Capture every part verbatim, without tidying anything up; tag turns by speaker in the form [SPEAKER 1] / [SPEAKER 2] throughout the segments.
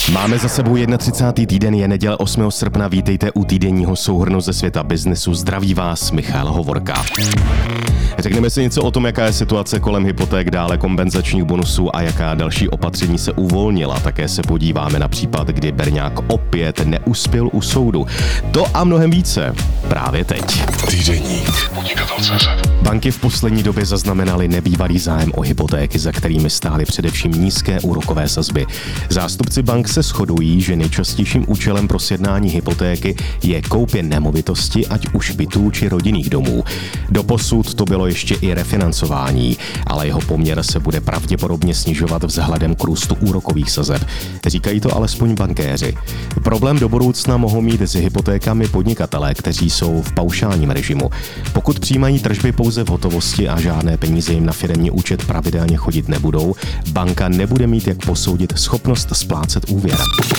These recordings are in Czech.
[SPEAKER 1] Máme za sebou třicátý týden, je neděle osmého srpna, vítejte u týdenního souhrnu ze světa biznesu. Zdraví vás Michal Hovorka. Řekneme si něco o tom, jaká je situace kolem hypoték, dále kompenzačních bonusů a jaká další opatření se uvolnila. Také se podíváme na případ, kdy berňák opět neuspěl u soudu. To a mnohem více právě teď.
[SPEAKER 2] Týdeník Podnikatel tečka cé zet.
[SPEAKER 1] Banky v poslední době zaznamenaly nebývalý zájem o hypotéky, za kterými stály především nízké úrokové sazby. Zástupci bank se shodují, že nejčastějším účelem pro sjednání hypotéky je koupě nemovitosti, ať už bytů či rodinných domů. Doposud to bylo ještě i refinancování, ale jeho poměr se bude pravděpodobně snižovat vzhledem k růstu úrokových sazeb. Říkají to alespoň bankéři. Problém do budoucna mohou mít s hypotékami podnikatelé, kteří jsou v paušálním režimu. Pokud přijímají tržby pouze v hotovosti a žádné peníze jim na firemní účet pravidelně chodit nebudou, banka nebude mít jak posoudit schopnost splácet úvěr.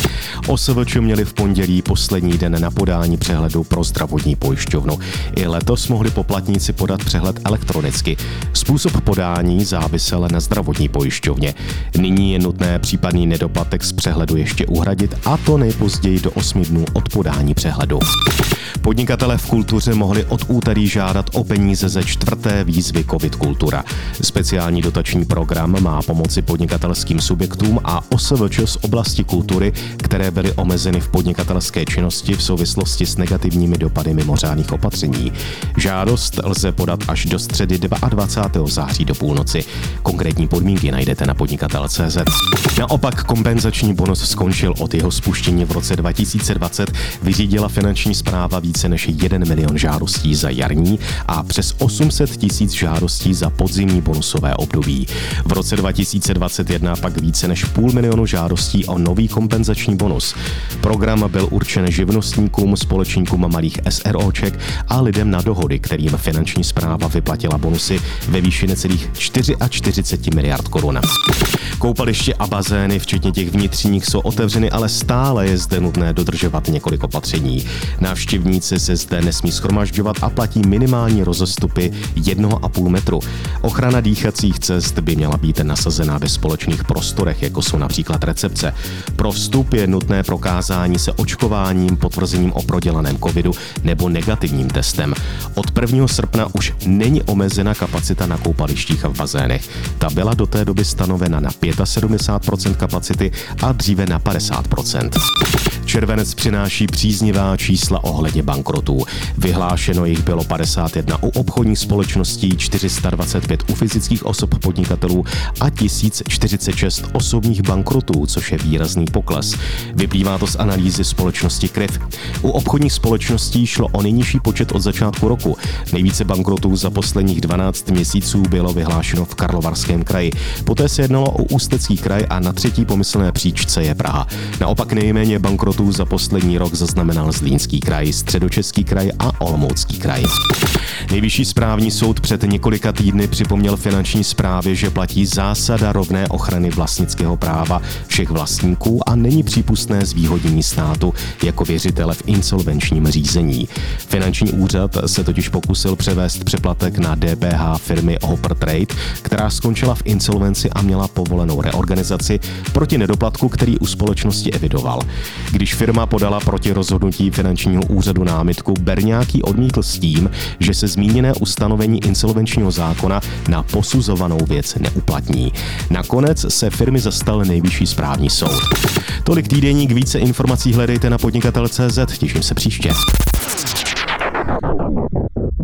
[SPEAKER 1] O S V Č měli v pondělí poslední den na podání přehledu pro zdravotní pojišťovnu. I letos mohli poplatníci podat přehled elektronicky. Způsob podání závisel na zdravotní pojišťovně. Nyní je nutné případný nedoplatek z přehledu ještě uhradit, a to nejpozději do osmi dnů od podání přehledu. Podnikatelé v kultuře mohli od úterý žádat o peníze ze čtvrté výzvy COVID Kultura. Speciální dotační program má pomoci podnikatelským subjektům a O S V Č z oblasti kultury, které byly omezeny v podnikatelské činnosti v souvislosti s negativními dopady mimořádných opatření. Žádost lze podat až do středy dvacátého druhého září do půlnoci. Konkrétní podmínky najdete na podnikatel tečka cé zet. Naopak kompenzační bonus skončil. Od jeho spuštění v roce dva tisíce dvacet vyřídila finanční správa více než jeden milion žádostí za jarní a přes osm set tisíc žádostí za podzimní bonusové období. V roce dva tisíce dvacet jedna pak více než půl milionu žádostí o nový kompenzační bonus. Program byl určen živnostníkům, společníkům malých SROček a lidem na dohody, kterým finanční správa vyplatila bonusy ve výši necelých čtyřicet čtyři miliard korun. Koupaliště a bazény, včetně těch vnitřních, jsou otevřeny, ale stále je zde nutné dodržovat několik opatření. Návštěvníci se zde nesmí shromažďovat a platí minimální rozestupy jednoho a půl metru. Ochrana dýchacích cest by měla být nasazená ve společných prostorech, jako jsou například recepce. Pro vstup je nutné prokázání se očkováním, potvrzením o prodělaném covidu nebo negativním testem. Od prvního srpna už není omezena kapacita na koupalištích a v bazénech. Ta byla do té doby stanovena na sedmdesát pět procent kapacity a dříve na padesát procent. Červenec přináší příznivá čísla ohledně bankrotů. Vyhlášeno jich bylo padesát jedna u obchodních společností, čtyři sta dvacet pět u fyzických osob podnikatelů a tisíc čtyřicet šest osobních bankrotů, což je výrazný pokles. Vyplývá to z analýzy společnosti K R I F. U obchodních společností šlo o nejnižší počet od začátku roku. Nejvíce bankrotů za posledních dvanáct měsíců bylo vyhlášeno v Karlovarském kraji. Poté se jednalo o Ústecký kraj a na třetí pomyslné příčce je Praha. Naopak nejméně bankrotů za poslední rok zaznamenal Zlínský kraj, Středočeský kraj a Olomoucký kraj. Nejvyšší správní soud před několika týdny připomněl finanční správě, že platí zásada rovné ochrany vlastnického práva všech vlastníků a není přípustné zvýhodnění státu jako věřitele v insolvenčním řízení. Finanční úřad se totiž pokusil převést přeplatek na D P H firmy Hopper Trade, která skončila v insolvenci a měla povolenou reorganizaci proti nedoplatku, který u společnosti evidoval. Když firma podala proti rozhodnutí finančního úřadu námitku, berňák ji odmítl s tím, že se zmíněné ustanovení insolvenčního zákona na posuzovanou věc neuplatní. Nakonec se firmy zastal nejvyšší správní soud. Tolik týdeník, více informací hledejte na podnikatel tečka cé zet. Těším se příště.